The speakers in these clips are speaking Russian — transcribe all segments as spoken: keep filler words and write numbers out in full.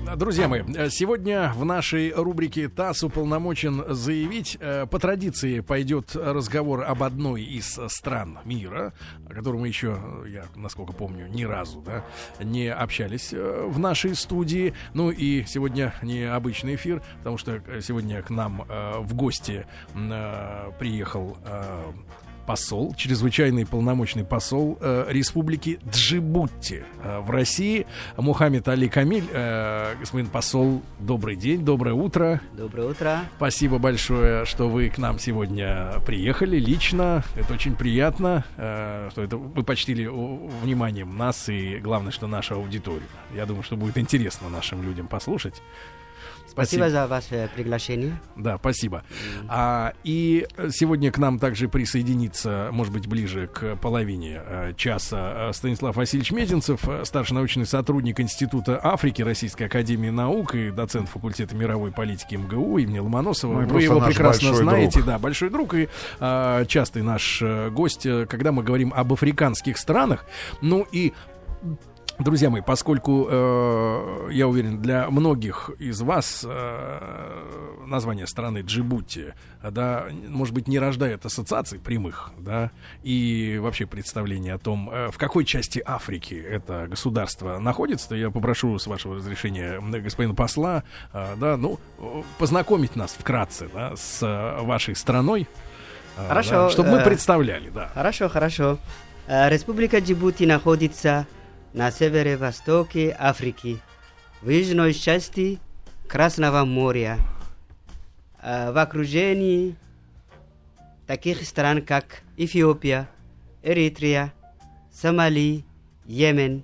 Друзья мои, сегодня в нашей рубрике ТАСС уполномочен заявить. По традиции пойдет разговор об одной из стран мира, о которой мы еще, я насколько помню, ни разу да, не общались в нашей студии. Ну и сегодня необычный эфир, потому что сегодня к нам в гости приехал посол, чрезвычайный полномочный посол э, Республики Джибути э, в России Мухаммед Али Камиль. Э, господин посол, добрый день, доброе утро. Доброе утро. Спасибо большое, что вы к нам сегодня приехали лично. Это очень приятно, э, что это вы почтили вниманием нас и, главное, что нашу аудиторию. Я думаю, что будет интересно нашим людям послушать. Спасибо, спасибо за ваше приглашение. Да, спасибо. Mm. А, и сегодня к нам также присоединится, может быть, ближе к половине а, часа Станислав Васильевич Мезенцев, старший научный сотрудник Института Африки Российской академии наук и доцент факультета мировой политики МГУ имени Ломоносова. Ну, вы его прекрасно знаете, друг. да, большой друг и а, частый наш гость, когда мы говорим об африканских странах. Ну и друзья мои, поскольку, э, я уверен, для многих из вас э, название страны Джибути, да, может быть, не рождает ассоциаций прямых, да, и вообще представление о том, э, в какой части Африки это государство находится, то я попрошу, с вашего разрешения, господина посла, э, да, ну, познакомить нас вкратце, да, с вашей страной, э, хорошо, да, чтобы мы э, представляли, да. Хорошо, хорошо. Э, Республика Джибути находится на северо-востоке Африки, в южной части Красного моря, в окружении таких стран, как Эфиопия, Эритрея, Сомали, Йемен.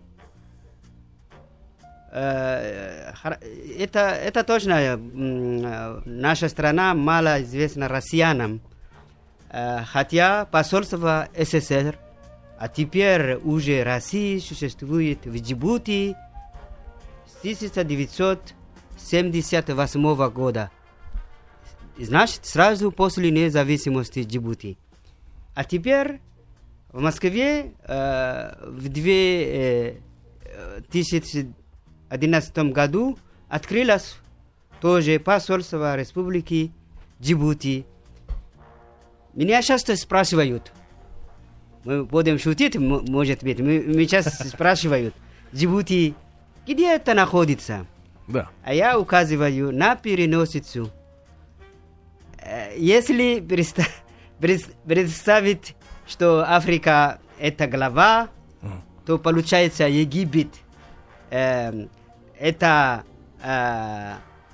Это, это точно наша страна мало известна россиянам, хотя посольство СССР, а теперь уже Россия существует в Джибути с тысяча девятьсот семьдесят восьмого года. Значит, сразу после независимости Джибути. А теперь в Москве э, в две тысячи одиннадцатом году открылось тоже посольство Республики Джибути. Меня часто спрашивают, мы будем шутить, может быть. Мы сейчас спрашивают, Джибути, где это находится? Да. А я указываю на переносицу. Если представить, что Африка это голова, mm. то получается Египет. Э, это э,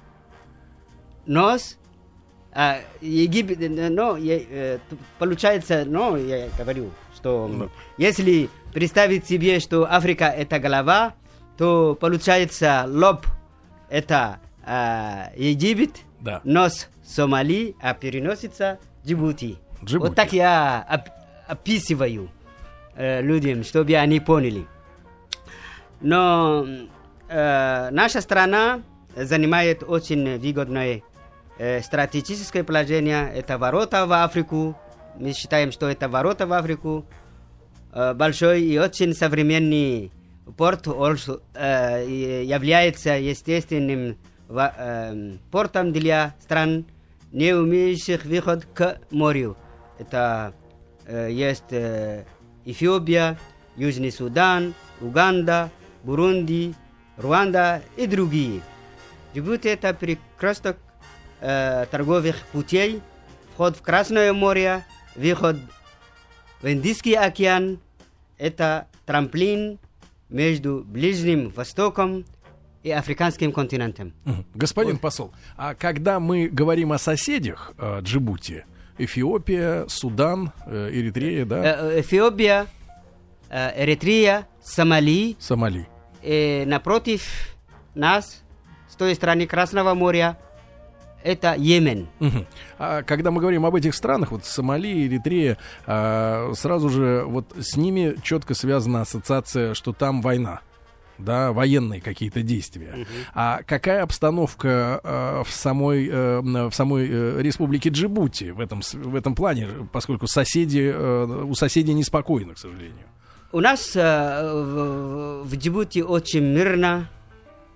нос. Uh, Египет, ну, uh, получается, ну, я говорю, что no. если представить себе, что Африка это голова, то получается лоб это uh, Египет, да. нос Сомали, а переносится Джибути. Джибути. Вот так я оп- описываю uh, людям, чтобы они поняли. Но uh, наша страна занимает очень выгодное стратегическое положение, это ворота в Африку. Мы считаем, что это ворота в Африку. Большой и очень современный порт является естественным портом для стран, не умеющих выход к морю. Это есть Эфиопия, Южный Судан, Уганда, Бурунди, Руанда и другие. Джибути это перекресток торговых путей, вход в Красное море, выход в Индийский океан. Это трамплин между Ближним Востоком и африканским континентом. Господин вот. посол, а когда мы говорим о соседях э, Джибути, Эфиопия, Судан, э, Эритрея, да? Эфиопия, э, Эритрея, Сомали. Сомали. И напротив нас, с той стороны Красного моря, это Йемен. Угу. А когда мы говорим об этих странах, вот Сомали, Эритрея, а, сразу же вот с ними четко связана ассоциация, что там война, да, военные какие-то действия. Угу. А какая обстановка а, в самой, а, в самой а, республике Джибути в этом, в этом плане, поскольку соседи, а, у соседей неспокойно, к сожалению? У нас а, в, в Джибути очень мирно.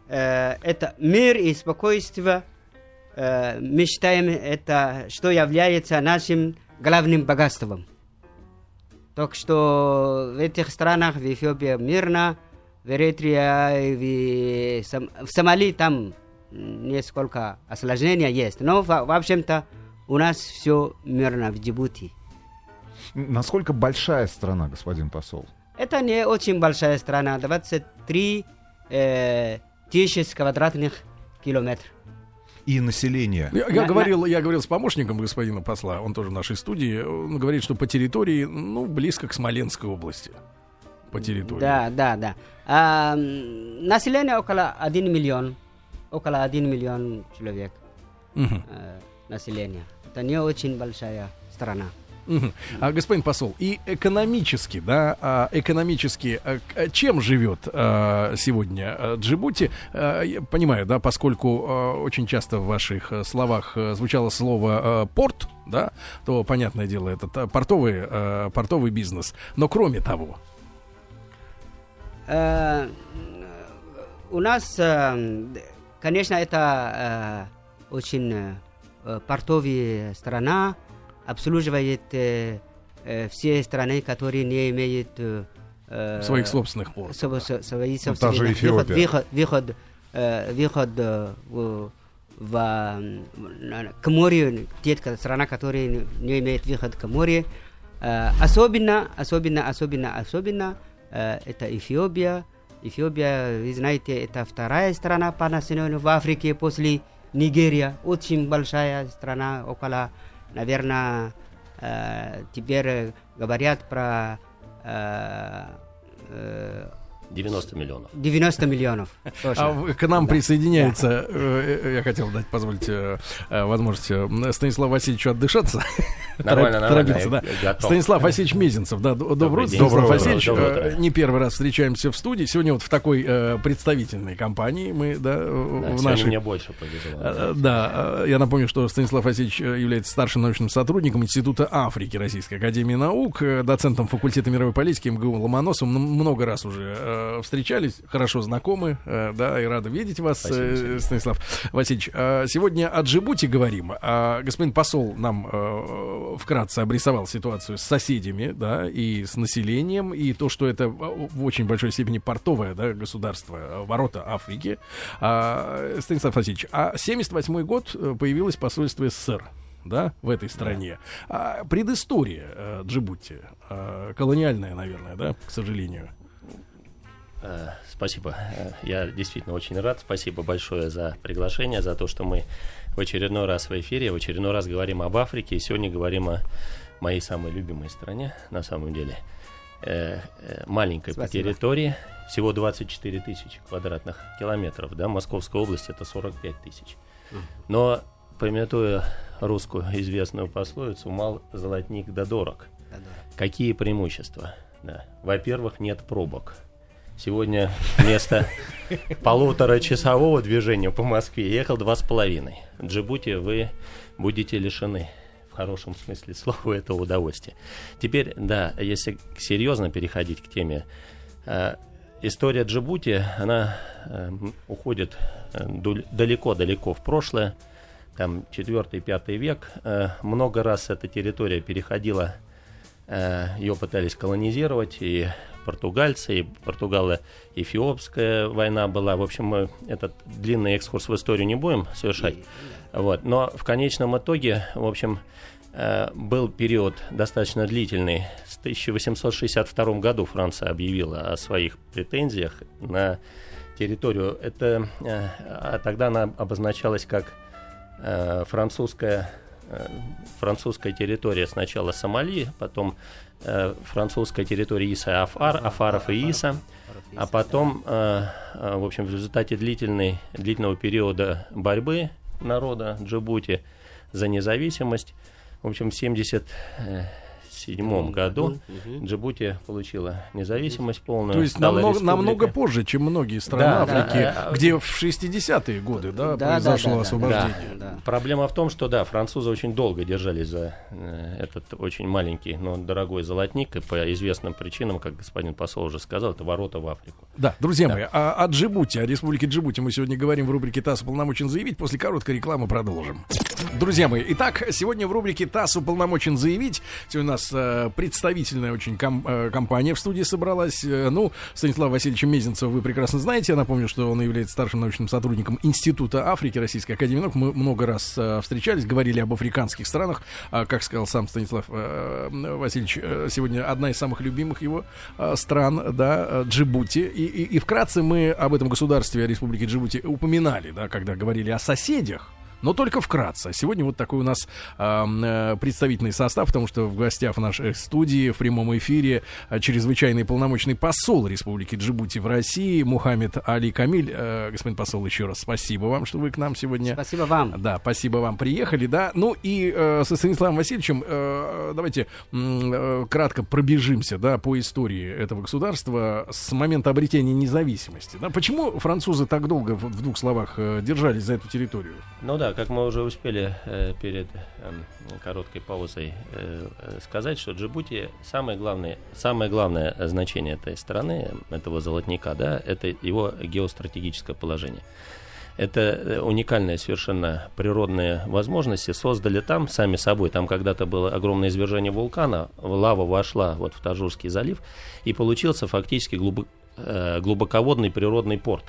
э, это мир и спокойствие. Э, мы считаем, это, что является нашим главным богатством. Так что в этих странах, в Эфиопии мирно, в Эритрее, в, Сом... в Сомали там несколько осложнений есть. Но, в, в общем-то, у нас все мирно в Джибути. Насколько большая страна, господин посол? Это не очень большая страна, двадцать три э, тысячи квадратных километров. И население. Я, я, говорил, я говорил с помощником господина посла, он тоже в нашей студии. Он говорит, что по территории, ну, близко к Смоленской области. По территории. Да, да, да. А, население около один миллион. Около один миллион человек. Угу. А, население. Это не очень большая страна. Угу. А, господин посол, и экономически, да, экономически, чем живет а, сегодня Джибути? А, я понимаю, да, поскольку а, очень часто в ваших словах звучало слово а, порт, да, то, понятное дело, это портовый, а, портовый бизнес. Но кроме того... А, у нас, конечно, это очень портовая страна, обслуживает э, э, все страны, которые не имеют э, своих собственных портов. Со, со, свои ну, собственные выход, выход, выход, э, выход э, в, в, к морю, те страны, которые не имеют выход к морю. Э, особенно, особенно, особенно, особенно э, это Эфиопия. Эфиопия, вы знаете, это вторая страна по населению в Африке после Нигерии. Очень большая страна, около, наверное, э, теперь говорят про э, э, девяносто миллионов. девяносто миллионов. А к нам да. присоединяется, э, я хотел дать, позвольте, э, возможность э, Станиславу Васильевичу отдышаться. Нормально, нормально. Да. Я Станислав Васильевич Мезенцев, да, добрый утро. Станислав Васильевич, э, не первый раз встречаемся в студии. Сегодня вот в такой э, представительной компании мы, да, да в нашей... мне больше повезло. Э, да, я напомню, что Станислав Васильевич является старшим научным сотрудником Института Африки Российской академии наук, доцентом факультета мировой политики эм гэ у Ломоносова. Много раз уже э, встречались, хорошо знакомы, э, да, и рады видеть вас, э, Станислав Васильевич. Э, сегодня о Джибути говорим. А господин посол нам э, вкратце обрисовал ситуацию с соседями, да, и с населением, и то, что это в очень большой степени портовое, да, государство, ворота Африки. А, Станислав Васильевич, а семьдесят восьмой год появилось посольство эс эс эс эр, да, в этой стране. Да. А, предыстория а, Джибути, а, колониальная, наверное, да, к сожалению. Спасибо. Я действительно очень рад. Спасибо большое за приглашение, за то, что мы в очередной раз в эфире, в очередной раз говорим об Африке. И сегодня говорим о моей самой любимой стране, на самом деле. Э, э, маленькой Спасибо. По территории. Всего двадцать четыре тысячи квадратных километров. Да? Московская область — это сорок пять тысяч. Но, памятуя русскую известную пословицу, мал золотник да дорог. Да, да. Какие преимущества? Да. Во-первых, нет пробок. Сегодня вместо полуторачасового движения по Москве ехал два с половиной. В Джибути вы будете лишены, в хорошем смысле слова, этого удовольствия. Теперь, да, если серьезно переходить к теме, э, история Джибути, она э, уходит э, далеко-далеко в прошлое, там четвёртый-пятый век. Э, много раз эта территория переходила, э, ее пытались колонизировать, и португальцы, и португало-эфиопская война была. В общем, мы этот длинный экскурс в историю не будем совершать. Вот. Но в конечном итоге, в общем, был период достаточно длительный. В тысяча восемьсот шестьдесят втором году Франция объявила о своих претензиях на территорию. Это, а тогда она обозначалась как французская, французская территория, сначала Сомали, потом французская территория Иса, Афар, Афаров и Иса, а потом, в общем, в результате длительной, длительного периода борьбы народа Джибути за независимость, в общем, в семьдесят седьмом году угу. Джибути получила независимость полную. То есть намного, намного позже, чем многие страны да, Африки, да, где в шестидесятые годы да, да, произошло да, освобождение. Да, да. Проблема в том, что да, французы очень долго держались за э, этот очень маленький, но дорогой золотник, и по известным причинам, как господин посол уже сказал, это ворота в Африку. Да, друзья да. мои, о, о Джибути, о республике Джибути мы сегодня говорим в рубрике «ТАСС уполномочен заявить». После короткой рекламы продолжим. Друзья мои, итак, сегодня в рубрике «ТАСС уполномочен заявить». Сегодня у нас э, представительная очень ком- э, компания в студии собралась. Э, ну, Станислава Васильевича Мезенцева вы прекрасно знаете. Я напомню, что он является старшим научным сотрудником Института Африки Российской академии наук. Мы много раз э, встречались, говорили об африканских странах. А, как сказал сам Станислав э, Васильевич, э, сегодня одна из самых любимых его э, стран, да, Джибути. И, и, и вкратце мы об этом государстве, о республике Джибути упоминали, да, когда говорили о соседях. Но только вкратце. Сегодня вот такой у нас э, представительный состав, потому что в гостях в нашей студии в прямом эфире чрезвычайный полномочный посол Республики Джибути в России Мухаммед Али Камиль. Э, господин посол, еще раз спасибо вам, что вы к нам сегодня. Спасибо вам. Да, спасибо вам, приехали, да. Ну и э, со Станиславом Васильевичем э, давайте э, кратко пробежимся, да, по истории этого государства с момента обретения независимости. Да. Почему французы так долго, в, в двух словах, э, держались за эту территорию? Ну да, как мы уже успели э, перед э, короткой паузой э, сказать, что Джибути самое главное, самое главное значение этой страны, этого золотника, да, это его геостратегическое положение. Это уникальные совершенно природные возможности создали там сами собой. Там когда-то было огромное извержение вулкана, лава вошла вот в Таджурский залив, и получился фактически глубок, э, глубоководный природный порт,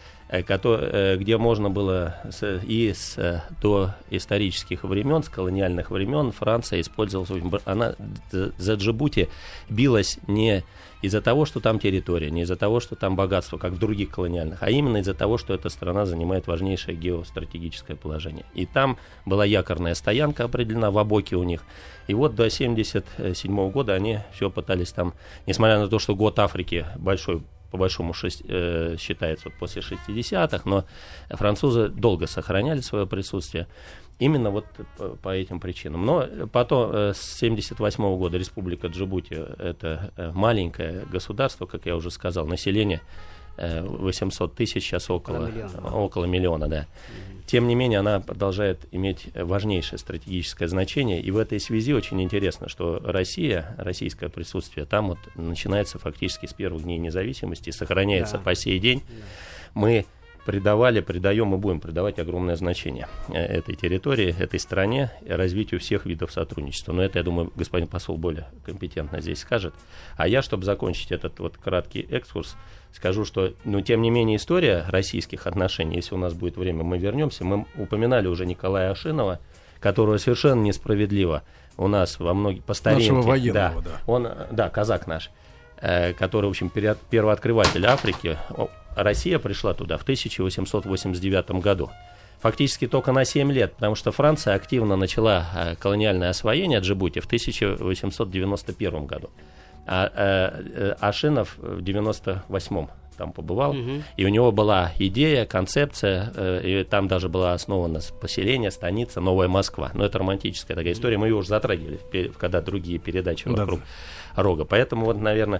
где можно было и с доисторических времен, с колониальных времен Франция использовала, она за Джибути билась не из-за того, что там территория, не из-за того, что там богатство, как в других колониальных, а именно из-за того, что эта страна занимает важнейшее геостратегическое положение. И там была якорная стоянка определена в Абоке у них. И вот до семьдесят седьмого года они все пытались там, несмотря на то, что год Африки большой, по большому шесть, э, считается вот после шестидесятых, но французы долго сохраняли свое присутствие именно вот по, по этим причинам. Но потом э, с семьдесят восьмого года Республика Джибути — это э, маленькое государство, как я уже сказал, население э, восемьсот тысяч, сейчас около, около миллиона, около миллиона да. Mm-hmm. Тем не менее, она продолжает иметь важнейшее стратегическое значение, и в этой связи очень интересно, что Россия, российское присутствие там вот начинается фактически с первых дней независимости, сохраняется yeah. по сей день. Yeah. Мы придавали, придаем и будем придавать огромное значение этой территории, этой стране, развитию всех видов сотрудничества. Но это, я думаю, господин посол более компетентно здесь скажет. А я, чтобы закончить этот вот краткий экскурс, скажу, что, ну, тем не менее, история российских отношений, если у нас будет время, мы вернемся. Мы упоминали уже Николая Ашинова, которого совершенно несправедливо у нас во многих по старинке. Нашего военного, да. да. Он, да, казак наш, который, в общем, первооткрыватель Африки. Россия пришла туда в тысяча восемьсот восемьдесят девятом году. Фактически только на семь лет, потому что Франция активно начала колониальное освоение Джибути в тысяча восемьсот девяносто первом году. А, а, а Ашинов в девяносто восьмом там побывал, угу. и у него была идея, концепция, и там даже была основана поселение, станица, Новая Москва. Но это романтическая такая история, мы ее уже затрагивали, когда другие передачи вокруг да. Рога. Поэтому вот, наверное,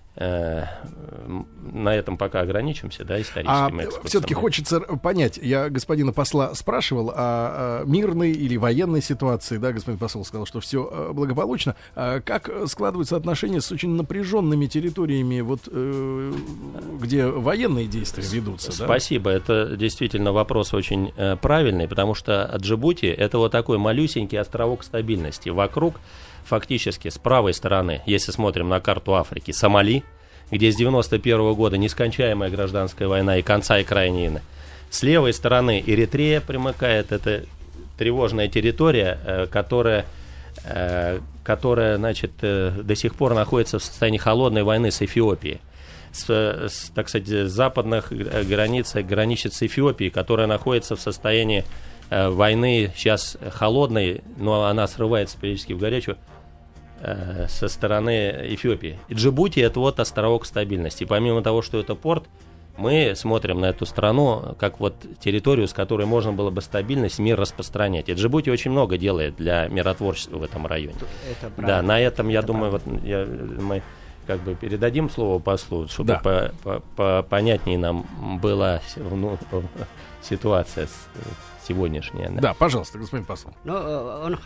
на этом пока ограничимся, да, историческим экскурсом. А все-таки хочется понять, я господина посла спрашивал о, о мирной или военной ситуации, да, господин посол сказал, что все благополучно. А как складываются отношения с очень напряженными территориями, вот э, где военные действия ведутся? Спасибо, да? Это действительно вопрос очень э, правильный, потому что Джибути — это вот такой малюсенький островок стабильности. Вокруг фактически с правой стороны, если смотрим на карту Африки, Сомали, где с девяносто первого года нескончаемая гражданская война и конца и края не видно. С левой стороны Эритрея примыкает, это тревожная территория, которая, которая значит, до сих пор находится в состоянии холодной войны с Эфиопией. С, с, так сказать, с западных границ граничит с Эфиопией, которая находится в состоянии войны сейчас холодной, но она срывается периодически в горячую, со стороны Эфиопии. И Джибути — это вот островок стабильности. И помимо того, что это порт, Мы смотрим на эту страну как вот территорию, с которой можно было бы стабильность, мир распространять. И Джибути очень много делает для миротворчества в этом районе. Это да, на этом, я это думаю, вот, я, мы как бы передадим слово послу, чтобы да. по, по, по, понятнее нам была ну, ситуация сегодняшняя. Да, да, пожалуйста, господин посол. Ну, он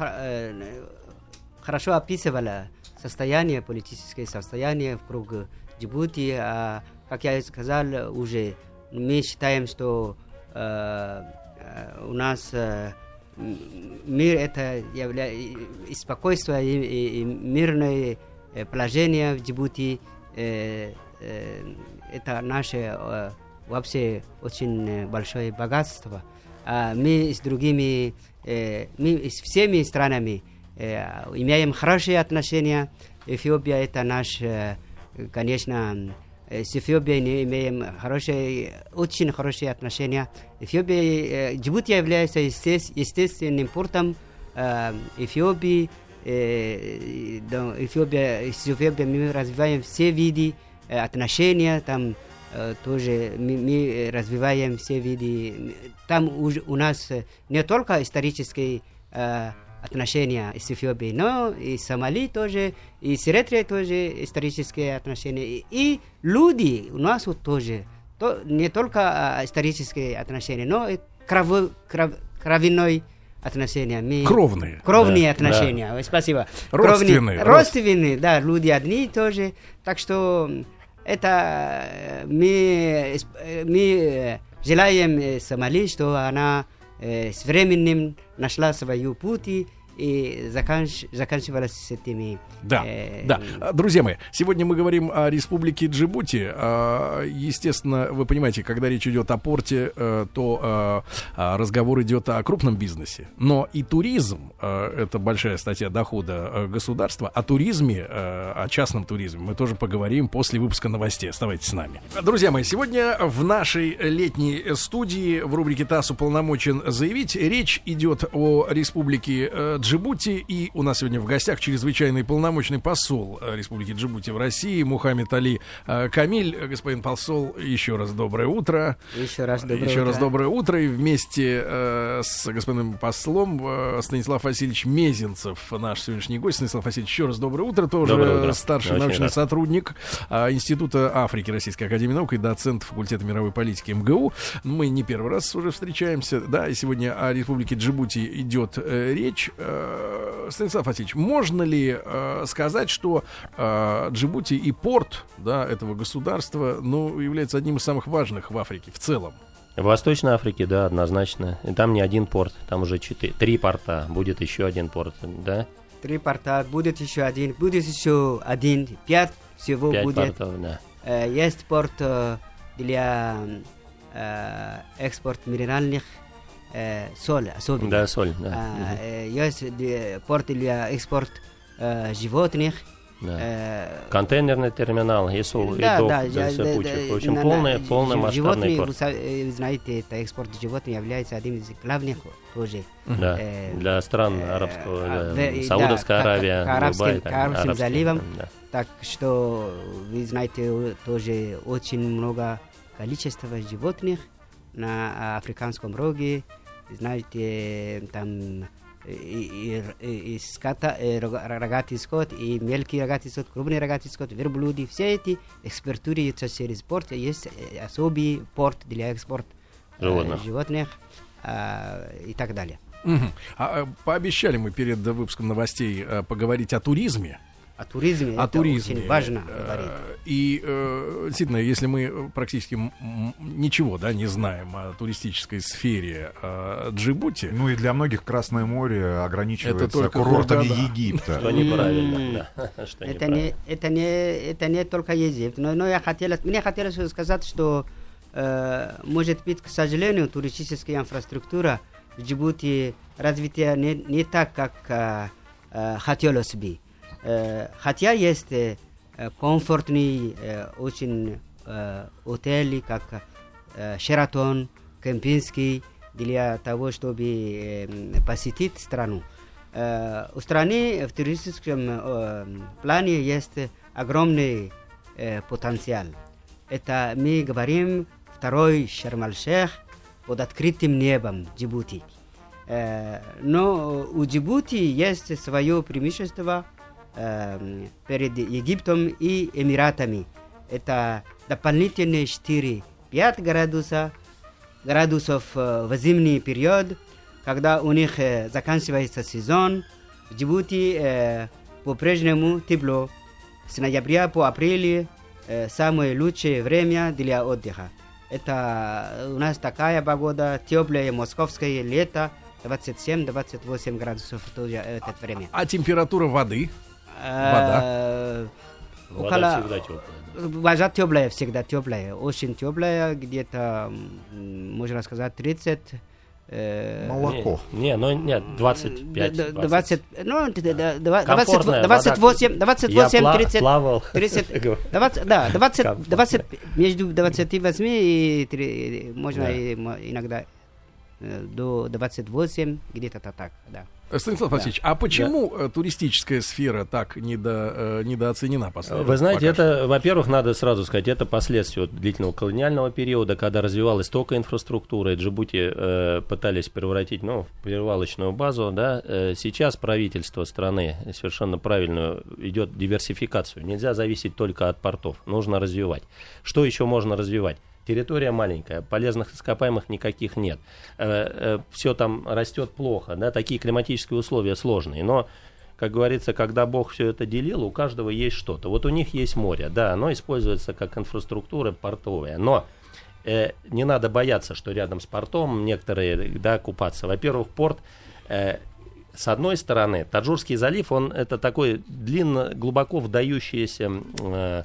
хорошо описывал состояние, политическое состояние в кругу Джибути. А, как я сказал уже, мы считаем, что э, у нас э, мир это является и спокойствие, и, и, и мирное положение в Джибути. Э, э, это наше э, вообще очень большое богатство. А мы с другими, э, мы с всеми странами э, имеем хорошие отношения. Эфиопия это наш, э, конечно, с Эфиопией имеем хорошие, очень хорошие отношения. Эфиопия, э, Джибути является естественным портом э, Эфиопии. Э, да, Эфиопия, с Эфиопией мы развиваем все виды э, отношения. Там э, тоже мы, мы развиваем все виды. Там у, у нас не только исторические э, отношения с Эфиопией, но и с Сомали тоже, и с Эритреей тоже исторические отношения. И, и люди у нас вот тоже, то, не только а, исторические отношения, но и кров, кров, кровяной отношения. Мы, кровные. Кровные да, отношения. Да. Спасибо. Родственные. Кровные, родственные, да, люди одни тоже. Так что это мы, мы желаем Сомали, что она э, с временем нашла свою путь и заканч, заканчивалась с этими... Да, э, да. Друзья мои, сегодня мы говорим о республике Джибути. Естественно, вы понимаете, когда речь идет о порте, то разговор идет о крупном бизнесе. Но и туризм, это большая статья дохода государства. О туризме, о частном туризме мы тоже поговорим после выпуска новостей. Оставайтесь с нами. Друзья мои, сегодня в нашей летней студии в рубрике «ТАСС уполномочен заявить» речь идет о республике Джибути. Джибути, и у нас сегодня в гостях чрезвычайный полномочный посол Республики Джибути в России Мухаммед Али Камиль. Господин посол, еще раз доброе утро. Еще раз доброе еще утро. раз доброе утро. И вместе э, с господином послом э, Станислав Васильевич Мезенцев, наш сегодняшний гость. Станислав Васильевич, еще раз доброе утро. Тоже утро. старший Очень научный рад. сотрудник э, Института Африки Российской академии наук и доцент факультета мировой политики эм гэ у. Мы не первый раз уже встречаемся. Да, и сегодня о Республике Джибути идет э, речь. Станислав Васильевич, можно ли э, сказать, что э, Джибути и порт, да, этого государства, ну, является одним из самых важных в Африке в целом? В Восточной Африке, да, однозначно. И там не один порт, там уже четыре, три порта, будет еще один порт, да? Три порта, будет еще один, будет еще один, пять всего Пять будет. портов, да. Э, есть порт э, для э, экспорта минеральных Э, соль, особенно. Да, соль, да. А, э, есть э, порт для экспорта э, животных. Да. Э, Контейнерный терминал, и сол, да, и док, да, да, я, все да, куча. да, В общем, на, полный, на, полный масштабный животные, порт. вы, вы знаете, это экспорт животных является одним из главных тоже. Да, э, для стран э, арабского, э, да, э, Саудовская да, Аравия, к, к арабским, Дубай, к арабским арабским, заливам. Да. Так что, вы знаете, тоже очень много количества животных на африканском роге. Знаете, там и, и, и, и скота, и рогатый скот, и мелкий рогатый скот, крупный рогатый скот, верблюды, все эти экспортируются через порт. Есть особый порт для экспорта животных, э, животных э, и так далее. Угу. А, пообещали мы перед выпуском новостей э, поговорить о туризме. О туризме О это туризме. очень важно Э, говорить. И э, действительно, если мы практически м- м- ничего, да, не знаем о туристической сфере э, Джибути, Ну и для многих Красное море ограничивается Это только курортами Хургада. Египта. Что неправильно, да. Что Это неправильно. не, это не, это не только Египет. Но, но я хотел, мне хотелось сказать, что э, может быть, к сожалению, туристическая инфраструктура в Джибути развития не, не так, как э, э, хотелось бы. Э, хотя есть э, комфортные э, очень э, отели, как э, Шератон, Кемпинский, для того, чтобы э, посетить страну. Э, у страны в туристическом э, плане есть огромный э, потенциал. Это мы говорим второй Шарм-эль-Шейх под открытым небом Джибути. Э, но у Джибути есть свое преимущество э, перед Египтом и Эмиратами. Это дополнительные четыре-пять градусов, градусов э, в зимний период, когда у них э, заканчивается сезон. В Джибути э, по-прежнему тепло. С ноября по апрель э, самое лучшее время для отдыха. Это у нас такая погода, теплое московское лето, двадцать семь - двадцать восемь градусов в то же это время. А температура воды? Вода? Вода Около... всегда теплая. Вода теплая, всегда теплая, очень теплая, где-то, можно сказать, тридцать. Э... Молоко. Не, не, ну нет, двадцать пять. двадцать, ну, Комфортная двадцать восемь, двадцать восемь, Я тридцать, плавал. тридцать, двадцать, да, двадцать, двадцать, между двадцати восьми и можно Да. и мо- иногда э, до двадцать восемь, где-то так, да. Станислав Да. Васильевич, а почему э, туристическая сфера так недо, э, недооценена последние Вы знаете, пока это, во-первых, надо сразу сказать, это последствия вот длительного колониального периода, когда развивалась только инфраструктура, и Джибути э, пытались превратить, ну, в перевалочную базу, да. Э, сейчас правительство страны совершенно правильно идет диверсификацию. Нельзя зависеть только от портов, нужно развивать. Что еще можно развивать? Территория маленькая, полезных ископаемых никаких нет. Все там растет плохо, да, такие климатические условия сложные. Но, как говорится, когда Бог все это делил, у каждого есть что-то. Вот у них есть море, да, оно используется как инфраструктура портовая. Но э, не надо бояться, что рядом с портом некоторые, да, купаться. Во-первых, порт... Э, с одной стороны, Таджурский залив, он это такой длинно, глубоко вдающийся... Э,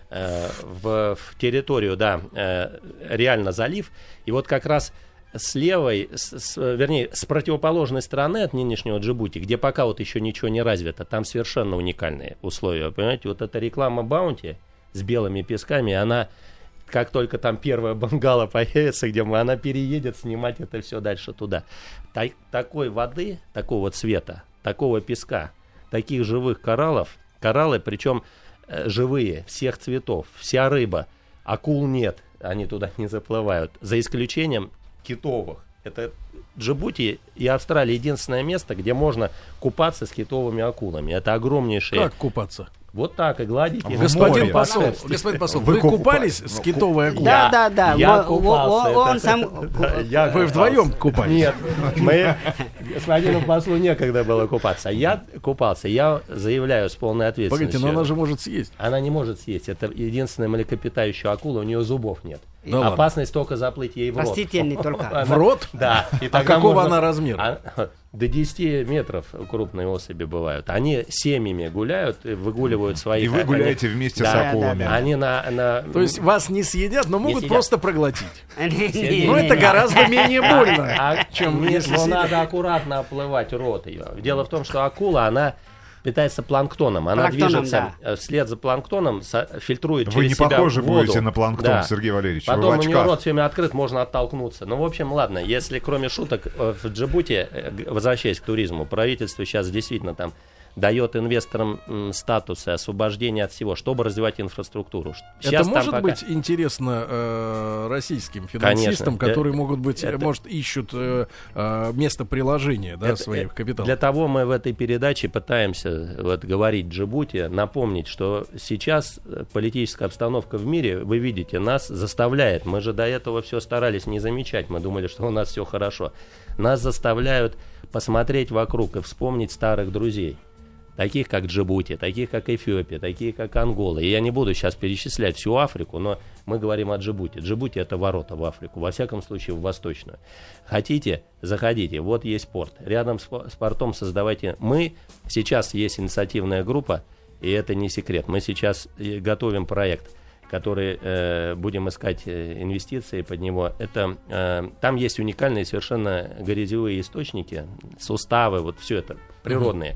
В, в территорию, да, э, реально залив. И вот как раз с левой, с, с, вернее, с противоположной стороны от нынешнего Джибути, где пока вот еще ничего не развито, там совершенно уникальные условия. Понимаете, вот эта реклама Баунти с белыми песками, она, как только там первая бангала появится, где мы, она переедет снимать это все дальше туда. Так, такой воды, такого цвета, такого песка, таких живых кораллов, кораллы, причем живые, всех цветов, вся рыба, акул нет, они туда не заплывают, за исключением китовых. Это Джибути и Австралия единственное место, где можно купаться с китовыми акулами. Это огромнейшие... Как купаться? Вот так и гладить. их. Господин море. посол, господин посол, Вы вы ку- купались купа- с китовой акулой? Да, да, да. Я Мо- купался, о- о- он это- сам- Да, я Вы купался. вдвоем купались? Нет, мы, господину послу некогда было купаться. Я купался, я заявляю с полной ответственностью. Погодите, но она же может съесть. Она не может съесть. Это единственная млекопитающая акула, у нее зубов нет. Да ладно. Опасность только заплыть ей в рот. Простите, не только. Она- В рот? Да. И А тогда какого можно- она размера? А, до десяти метров крупные особи бывают. Они семьями гуляют, и выгуливают своих. И вы они- гуляете вместе Да, с да, акулами. да. Они на... на... То есть вас не съедят, но могут съедят. просто проглотить. Не, Но не, это не. гораздо менее больно, А, чем нет, если но съедят. надо аккуратно оплывать рот ее. Дело в том, что акула, она питается планктоном. Она Планктоном, движется э, вслед за планктоном, со- фильтрует Вы через не себя похожи воду. будете на планктон, Да. Сергей Валерьевич. Вы Потом в у нее очках. рот все время открыт, можно оттолкнуться. Ну, в общем, ладно, если кроме шуток, э, в Джибути, э, г- возвращаясь к туризму, правительство сейчас действительно там дает инвесторам м, статусы освобождения от всего, чтобы развивать инфраструктуру. Это Сейчас там может пока- быть интересно э, российским финансистам, Конечно. которые могут быть, Это- может, ищут э, э, место приложения, да, Это- своих э, капиталов. Для того мы в этой передаче пытаемся вот, говорить Джибути, напомнить, что сейчас э, политическая обстановка в мире, вы видите, нас заставляет. Мы же до этого все старались не замечать. Мы думали, что у нас все хорошо. Нас заставляют посмотреть вокруг и вспомнить старых друзей. Таких, как Джибути, таких, как Эфиопия, такие, как Ангола. И я не буду сейчас перечислять всю Африку, но мы говорим о Джибути. Джибути — это ворота в Африку, во всяком случае, в восточную. Хотите, заходите, вот есть порт. Рядом с, по- с портом создавайте. Мы, сейчас есть инициативная группа, и это не секрет. Мы сейчас э, готовим проект, который э, будем искать э, инвестиции под него. Это, э, там есть уникальные совершенно грязевые источники, суставы, вот все это природные.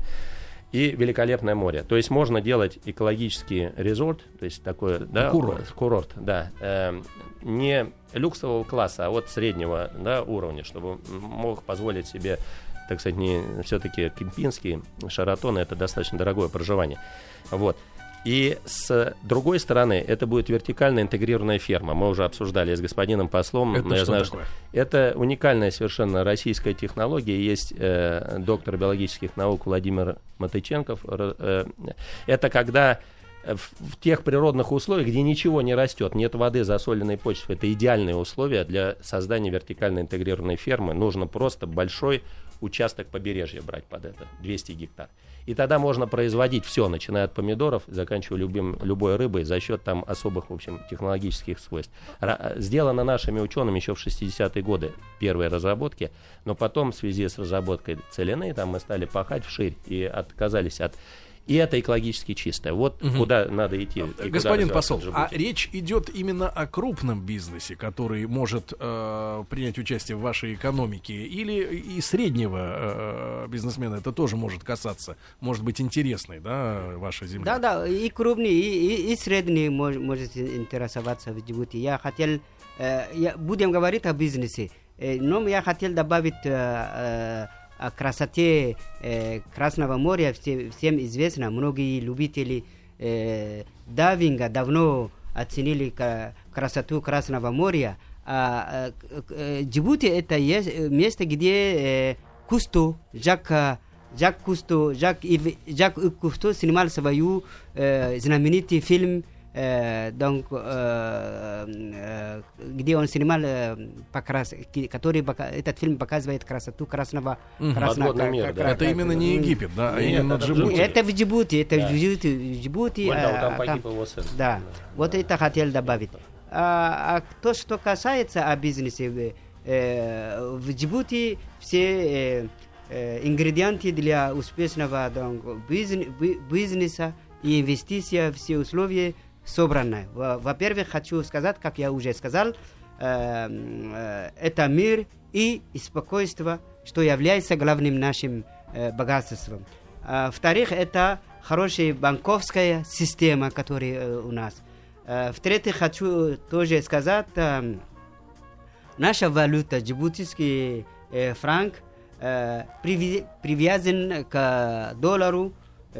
И великолепное море. То есть можно делать экологический резорт, то есть такой, да, Курорт. курорт, да, э, не люксового класса, а вот среднего, да, уровня, чтобы мог позволить себе, так сказать, не все-таки кемпинский, Шаратон, это достаточно дорогое проживание. Вот. И с другой стороны, это будет вертикально интегрированная ферма. Мы уже обсуждали с господином послом. Это я что знаю, такое? Что это уникальная совершенно российская технология. Есть э, доктор биологических наук Владимир Матыченков. Э, это когда в, в тех природных условиях, где ничего не растет, нет воды, засоленной почвы, это идеальные условия для создания вертикально интегрированной фермы. Нужно просто большой участок побережья брать под это, двести гектар. И тогда можно производить все, начиная от помидоров, заканчивая любым, любой рыбой, за счет там особых, в общем, технологических свойств. Ра- сделано нашими учеными еще в шестидесятые годы первые разработки, но потом в связи с разработкой целины там мы стали пахать вширь и отказались от... И это экологически чистое. Вот угу. куда надо идти. Господин посол, а речь идет именно о крупном бизнесе, который может э, принять участие в вашей экономике, или и среднего э, бизнесмена это тоже может касаться? Может быть интересной, да, ваша земля? Да, да, и крупный, и, и, и средний мож, может интересоваться в Джибути. Я хотел, э, я, будем говорить о бизнесе, э, но я хотел добавить... Э, э, о красоте э, Красного моря. Все, всем известно, многие любители э, дайвинга давно оценили к, красоту Красного моря. А, э, Джибути это есть место, где э, Кусто, Жак, Жак Кусто, Жак, Жак Кусто снимал свою э, знаменитый фильм, э, donc, э, э, где он снимал, э, покрас, который этот фильм показывает красоту красного, mm-hmm. красного к, мир, к, да. Это именно не Египет, да, а именно Джибути. Это в Джибути, это да. в Джибути, в Джибути вот, а, там погиб его сын. Да, вот это хотел добавить. А, а то, что касается о бизнесе, э, в Джибути все э, ингредиенты для успешного donc, бизнес, бизнеса и инвестиций, все условия собраны. Во-первых, хочу сказать, как я уже сказал, э, э, это мир и спокойствие, что является главным нашим э, богатством. А, во-вторых, это хорошая банковская система, которая э, у нас. А, в-третьих, хочу тоже сказать, э, наша валюта, джибутийский э, франк, э, приви- привязан к доллару,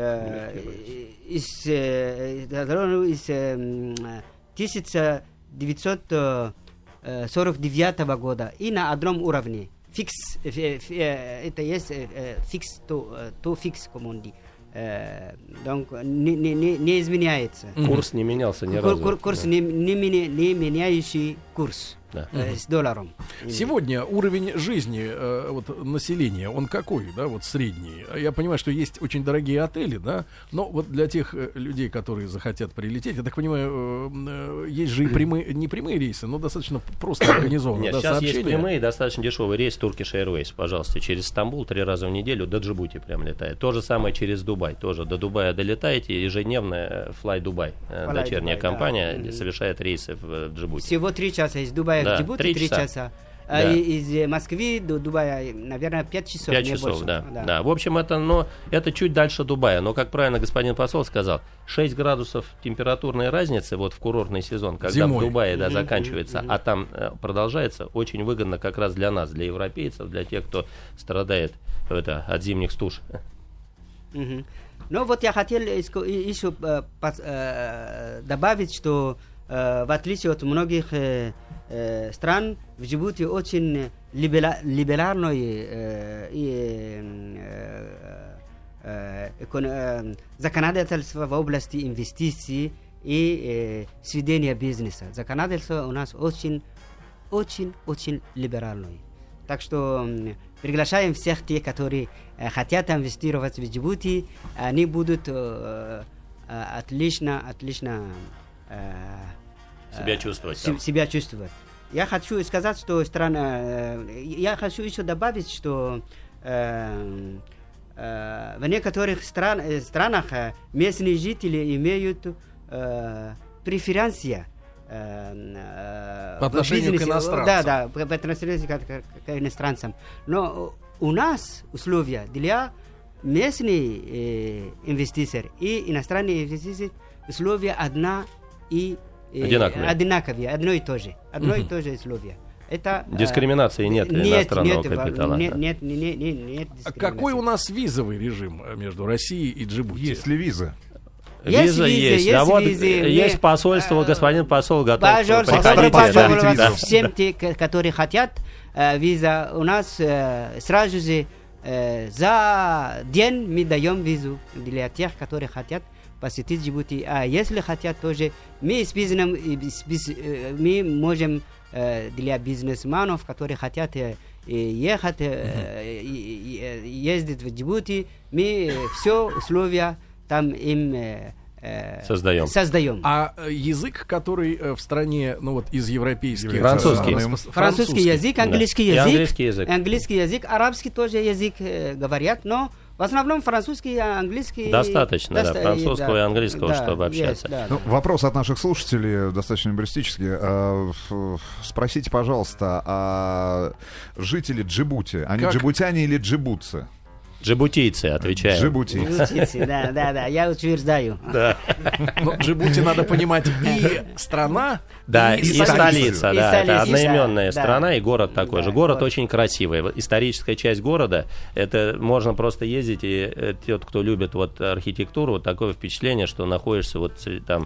из, из тысяча девятьсот сорок девятого года и на одном уровне. Фикс, это есть фикс, то, то фикс, как он dit. Donc, не, не, не изменяется. Курс не менялся ни разу. Кур, курс да. не, не, не меняющий курс. Да. Э, с долларом. Сегодня уровень жизни э, вот, населения, он какой, да, вот средний? Я понимаю, что есть очень дорогие отели, да, но вот для тех э, людей, которые захотят прилететь, я так понимаю, э, э, есть же и прямые, не прямые рейсы, но достаточно просто организованы. Нет, да, сейчас сообщения. Есть прямые, достаточно дешевый рейс Turkish Airways, пожалуйста, через Стамбул три раза в неделю до Джибути прям летает. То же самое через Дубай, тоже до Дубая долетаете, ежедневно Fly Dubai, Fly дочерняя Dubai, компания, да. совершает рейсы в, в Джибути. Всего три часа из Дубая да, в Джибути, три часа. часа. Да. А из Москвы до Дубая, наверное, пять часов. Пять часов, да, да. да. В общем, это, но, это чуть дальше Дубая. Но, как правильно господин посол сказал, шесть градусов температурной разницы вот в курортный сезон, когда Зимой. в Дубае да, mm-hmm. заканчивается, mm-hmm. а там э, продолжается, очень выгодно как раз для нас, для европейцев, для тех, кто страдает это, от зимних стуж. Mm-hmm. Ну вот я хотел еще э, э, добавить, что э, в отличие от многих э, э, стран, в Джибути очень либера, либеральное э, э, э, э, законодательство в области инвестиций и э, сведения бизнеса. Законодательство у нас очень, очень, очень либеральное. Так что э, приглашаем всех тех, которые э, хотят инвестировать в Джибути, они будут э, э, отлично, отлично э, себя чувствовать. С, себя чувствовать. Я хочу сказать, что страна, э, я хочу еще добавить, что э, э, в некоторых стран, э, странах э, местные жители имеют э, преференции по отношению к иностранцам. Да, да, по отношению к, к, к иностранцам. Но у нас условия для местных э, инвестиций и иностранных инвестиций условия одна и э, одинаковые, одно и то же, одно и то же условие. Это, дискриминации нет, нет иностранного нет, капитала. Нет, нет, нет, нет, нет а какой у нас визовый режим между Россией и Джибути? Есть ли визы? Есть Виза визы, есть. есть А вот визы. есть Мы, посольство, э, господин посол готов. Пожалуйста, Приходите, добро ставить пожаловать визу. всем, те, к- которые хотят э, виза. У нас э, сразу же э, за день мы даем визу для тех, которые хотят посетить Джибути. А если хотят тоже, мы, с бизнесом, и с биз- э, мы можем э, для бизнесменов, которые хотят э, и ехать, э, и- и- и- ездить в Джибути, мы все условия там им э, э, Создаем. создаем. А э, язык, который э, в стране, ну вот из европейских... Французский. э, спос- Французский язык, Да. английский И язык, английский язык. английский язык, арабский тоже язык э, говорят, но в основном французский, английский... Достаточно, да, доста- французского да, и английского, да, чтобы есть, общаться. да, Ну, да. вопрос от наших слушателей достаточно юмористический. А, ф- Спросите, пожалуйста, а жители Джибути, они Как? джибутяне или джибутцы? Джибутийцы, отвечаем. Джибути. Джибути, да, да, да, я утверждаю. Да, Но Джибути, надо понимать, и страна, да, и, и, столица. столица, И да, столица, это одноименная да. страна, и город такой Да, же. Город город. очень красивый. Вот историческая часть города, это можно просто ездить, и э, тот, кто любит вот архитектуру, вот такое впечатление, что находишься вот сре- там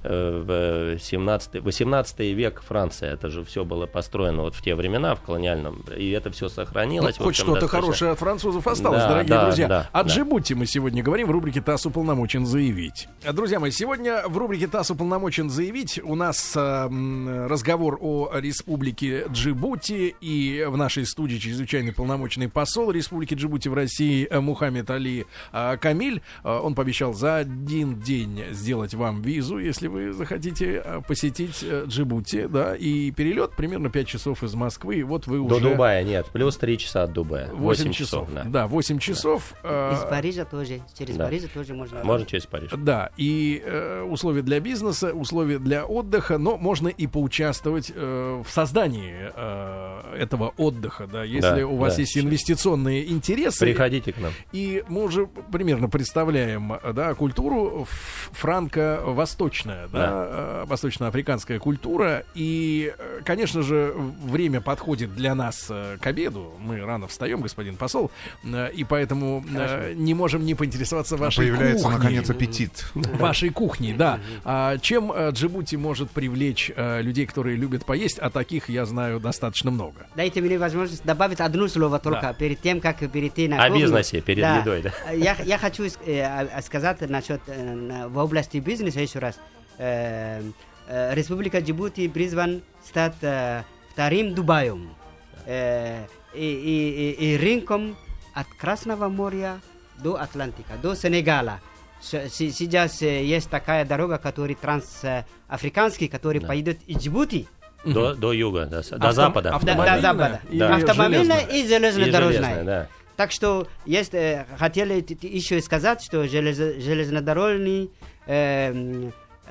э, в семнадцатый, восемнадцатый век Франция, это же все было построено вот в те времена, в колониальном, и это все Ну, сохранилось. в хоть общем, что-то достаточно. хорошее от французов осталось, Да, дорогие да, друзья. да, О да. Джибути мы сегодня говорим в рубрике «ТАСС уполномочен заявить». А, Друзья мои, сегодня в рубрике «ТАСС уполномочен заявить» у нас э, м, разговор о республике Джибути, и в нашей студии чрезвычайный полномочный посол республики Джибути в России э, Мухаммед Али э, Камиль. Э, Он пообещал за один день сделать вам визу, если вы захотите э, посетить э, Джибути, да, и перелет примерно пять часов из Москвы, и вот вы До уже... Дубая нет, плюс три часа от Дубая. восемь восемь часов. да. Да, восемь часов. э, Из Парижа тоже, через Да. Париж тоже можно. Можно через Париж. Да, и э, условия для бизнеса, условия для отдыха, но можно и поучаствовать э, в создании э, этого отдыха, да, если Да, у вас да. есть инвестиционные интересы. Приходите к нам. И мы уже примерно представляем, да, культуру ф- франко-восточная, да, э, восточноафриканская культура. И, э, конечно же, время подходит для нас э, к обеду. Мы рано встаем, господин посол, э, и поэтому э, не можем не поинтересоваться вашей Появляется, кухней. наконец, аппетит. Вашей кухни, да. А, чем э, Джибути может привлечь э, людей, которые любят поесть, а таких я знаю достаточно много. Дайте мне возможность добавить одно слово только Да. перед тем, как перейти на О кухню. бизнесе перед Да. едой, да. Я, я хочу э, а- сказать насчет э, на- в области бизнеса еще раз. Э, э, Республика Джибути призван стать э, вторым Дубаем э, и, и- и- и рынком от Красного моря до Атлантика, до Сенегала. С- с- Сейчас э, есть такая дорога, которая трансафриканский, который Да. пойдет из Джибути До, до юга, до, с- до Авто- запада. до, автомобильная до запада. или Да. Автомобильная железная? и железнодорожная. И железная, да. Так что есть, э, хотели т- т- еще сказать, что желез- железнодорожный, э, м,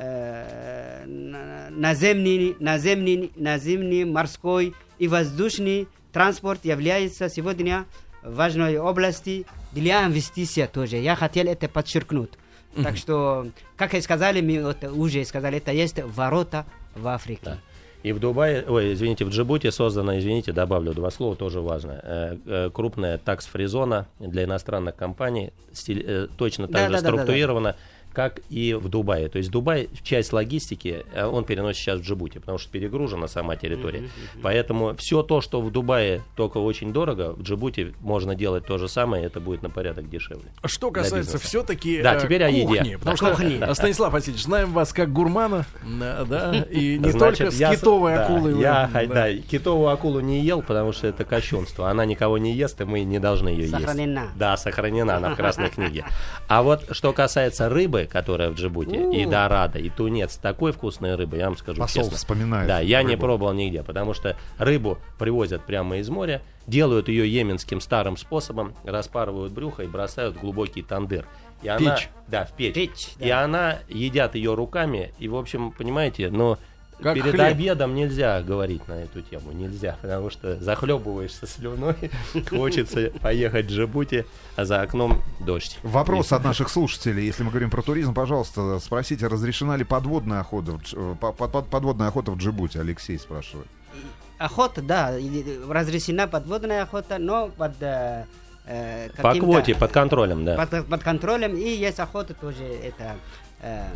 э, на- наземный, наземный, наземный, морской и воздушный транспорт является сегодня важной областью для инвестиций тоже. Я хотел это подчеркнуть. Так что, как и сказали, мы это уже сказали, это есть ворота в Африке. Да. И в Дубае, ой, извините, в Джибути создана, извините, добавлю два слова, тоже важно, э, э, крупная такс-фри зона для иностранных компаний, стиль- э, точно так Да, же да, да, да, да. структурирована, как и в Дубае. То есть Дубай, часть логистики, э, он переносит сейчас в Джибути, потому что перегружена сама территория. Поэтому все то, что в Дубае только очень дорого, в Джибути можно делать то же самое, это будет на порядок дешевле. Что Для касается бизнеса. все-таки Да, теперь о еде. кухни, потому Да, что, кухни. э, Станислав Васильевич, знаем вас как гурмана, да, да, и не Значит, только с я с- китовой да, акулой. вы, Я, да. да, китовую акулу не ел, потому что это кощунство. Она никого не ест, и мы не должны ее есть. Сохранена. Да, сохранена она в Красной книге. А вот что касается рыбы, которая в Джибути, и дорадо, и тунец, такой вкусной рыбы, я вам скажу Посол честно. вспоминает Да, я не рыбу. пробовал нигде, потому что рыбу привозят прямо из моря, делают ее йеменским старым способом, распарывают брюхо и бросают в глубокий тандыр. И она, Печь. Да, в печь. Печь, И да. она, едят ее руками, и, в общем, понимаете, но Как перед хлеб. обедом нельзя говорить на эту тему, нельзя, потому что захлебываешься слюной, хочется поехать в Джибути, а за окном дождь. Вопрос от наших слушателей. Если мы говорим про туризм, пожалуйста, спросите, разрешена ли подводная охота в, Дж- э, по- по- под- подводная охота в Джибути? Алексей спрашивает. Охота, да, и- разрешена подводная охота, но под э, э, По каким-то- квоте, под контролем, да. под, под контролем, и есть охота тоже, это э,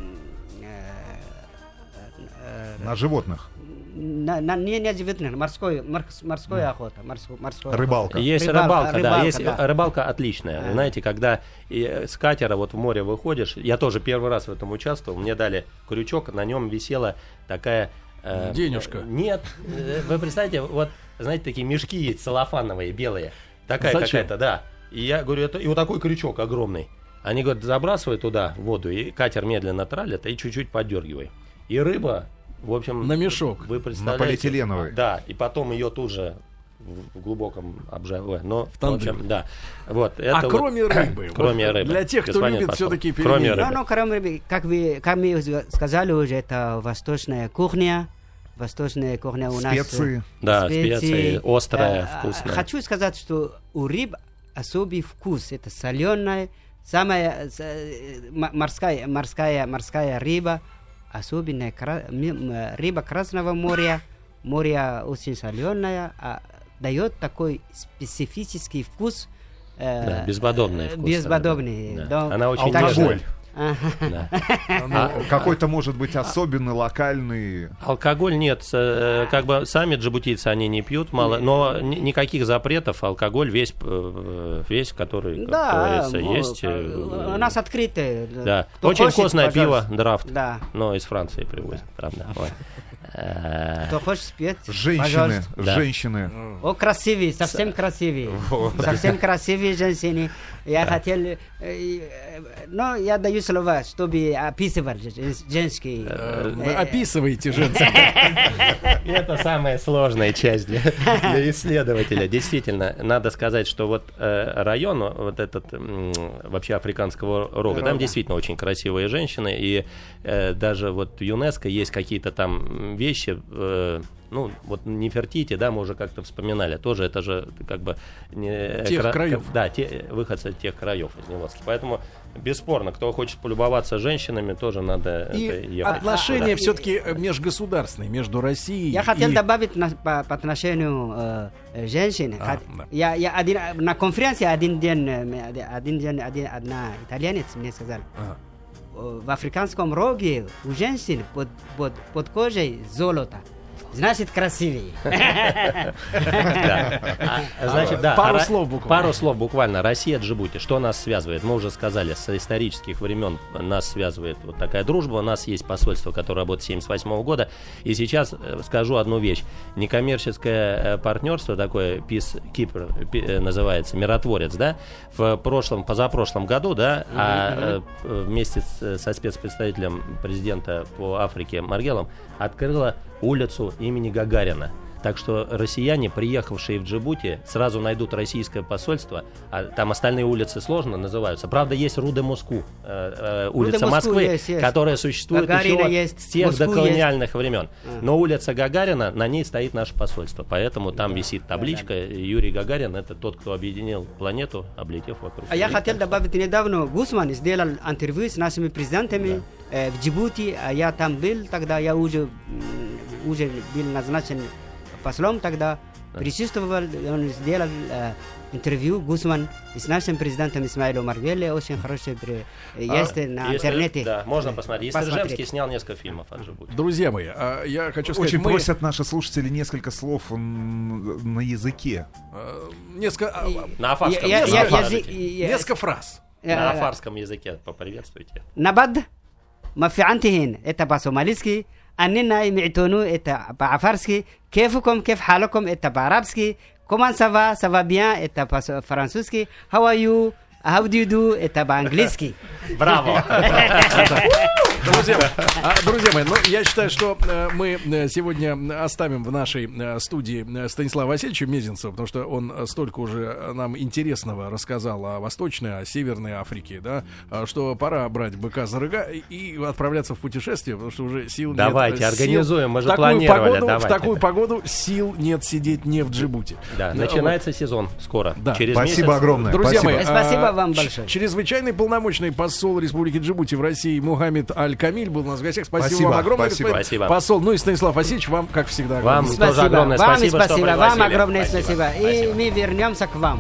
На животных. На, на, не, не животных, морской, морс, морской mm. охота, морской, морской рыбалка. Охота. Есть рыбалка, рыбалка, рыбалка, да, есть да. рыбалка отличная. А. Знаете, когда и с катера вот в море выходишь, я тоже первый раз в этом участвовал, мне дали крючок, на нем висела такая... Э, Денежка. Нет, э, вы представьте, вот, знаете, такие мешки есть целлофановые, белые. Такая Зачем? какая-то, да. И я говорю, это и вот такой крючок огромный. Они говорят, забрасывай туда в воду, и катер медленно тралит, и чуть-чуть поддергивай. И рыба, в общем... На мешок. Вы На представляете? полиэтиленовый. Да, и потом ее тут же в, в глубоком обжаре. Но, в тандыр. общем, да. Вот, это А вот, кроме рыбы, кроме вот рыбы. для тех, кто Господин любит посол, все-таки кроме пельмени. рыбы. Ну, ну, кроме рыбы, как, вы, как мы сказали уже, это восточная кухня. Восточная кухня у нас... Специи. Да, специи, острая, Э, вкусная. Хочу сказать, что у рыб особый вкус. Это соленая, самая э, м- морская, морская, морская рыба, особенная кра- м- м- рыба Красного моря. Море очень соленое, а дает такой специфический вкус. э, Да, безподобный э, вкус. Безподобный. Да. да. Она очень Алкоголь. нежная. Ага. Да. Какой-то может быть особенный, локальный. Алкоголь нет, э, как бы сами джибутийцы они не пьют, мало, но ни- никаких запретов, алкоголь весь, э, весь, который, как Да, говорится, ну, есть. э, у нас открытые. Да, Кто очень хочет, вкусное пожалуйста. пиво, драфт, Да. но из Франции привозят, правда. Вот. Э, Кто хочет спеть, Женщины, пожалуйста. Да. женщины. О, красивые, совсем красивые. Вот. Совсем красивые женщины. Я хотел... э, э, Но я даю слова, чтобы описывать жен- женские... Э, Вы э, описываете женских. Это самая сложная часть для, для исследователя. Действительно, надо сказать, что вот э, район, вот этот м, вообще африканского рога, там действительно очень красивые женщины, и э, даже вот в ЮНЕСКО есть какие-то там вещи, э, ну, вот Нефертити, да, мы уже как-то вспоминали, тоже это же как бы... Не, Тех кра- краев. Да, те, выходцы тех краев из него. Поэтому, бесспорно, кто хочет полюбоваться женщинами, тоже надо это И ехать. отношения Да. все-таки межгосударственные между Россией Я хотел и... добавить на- по, по отношению э, э, женщин. А, Хот- да. я, я один, на конференции один день, э, один день один, одна итальянец мне сказал, Ага. э, в африканском роге у женщин под, под, под кожей золото. Значит, красивее. Да. А, Значит, да. Пару а Ра- слов буквально. Пару слов буквально. Россия, Джибути. Что нас связывает? Мы уже сказали, с исторических времен нас связывает вот такая дружба. У нас есть посольство, которое работает с семьдесят восьмого года. И сейчас э, скажу одну вещь. Некоммерческое э, партнерство, такое Peacekeeper пи- э, называется, миротворец, да, в прошлом, позапрошлом году, да, а э, вместе с- со спецпредставителем президента по Африке Маргелом открыла улицу имени Гагарина. Так что россияне, приехавшие в Джибути, сразу найдут российское посольство, а там остальные улицы сложно называются. Правда, есть Ру-де Москву, э, э, улица Москву Москвы, есть, есть. которая существует Гагарина еще есть, с тех Москву доколониальных времен. А. Но улица Гагарина, на ней стоит наше посольство. Поэтому там висит табличка. Юрий Гагарин — это тот, кто объединил планету, облетев вокруг. А я Земли. хотел добавить, недавно Гусман сделал интервью с нашими президентами э, в Джибути, а я там был, тогда я уже, м, уже был назначен послом, тогда присутствовал, он сделал э, интервью Гусман с нашим президентом Исмаилом Маргеле, очень хороший, при- есть А, на если- интернете. Да, можно посмотреть. Если Посмотреть. Жемский снял несколько фильмов о Джибути. Друзья мои, а я хочу сказать, Очень мы, просят наши слушатели несколько слов м, на языке. э, несколько, а, а, На афарском. Я- на я- я- афарском. я- несколько фраз. Э, На афарском языке поприветствуйте. نبض ما في عنتهن إتا باسوماليسكي أننا معتونو إتا بعفارسكي كيفكم كيف حالكم إتا بعربسكي كمان سافا سافا بيان إتا باس- فرنسوسكي how are you how do you do إتا بانجليسكي. Браво! Друзья, а, друзья мои, ну, я считаю, что э, мы э, сегодня оставим в нашей э, студии э, Станислава Васильевича Мезенцева, потому что он э, столько уже нам интересного рассказал о Восточной, о Северной Африке, да, э, что пора брать быка за рога и, и отправляться в путешествие, потому что уже сил Давайте, нет. сил- организуем, мы же в такую планировали, погоду, давайте. В такую погоду сил нет сидеть не в Джибути. Да, Да, начинается сезон скоро. Да. Через Спасибо месяц. огромное. Друзья Спасибо. мои, Спасибо а, вам ч- большое. Чрезвычайный полномочный посол Республики Джибути в России Мухаммед Аль-Камиль был у нас в гостях. Спасибо, Спасибо, вам огромное, спасибо. господин Спасибо. посол. Ну и Станислав Васильевич, вам, как всегда, Вам огромное тоже огромное вам спасибо, что спасибо, вам пригласили. огромное Спасибо. спасибо. И Спасибо. мы вернемся к вам.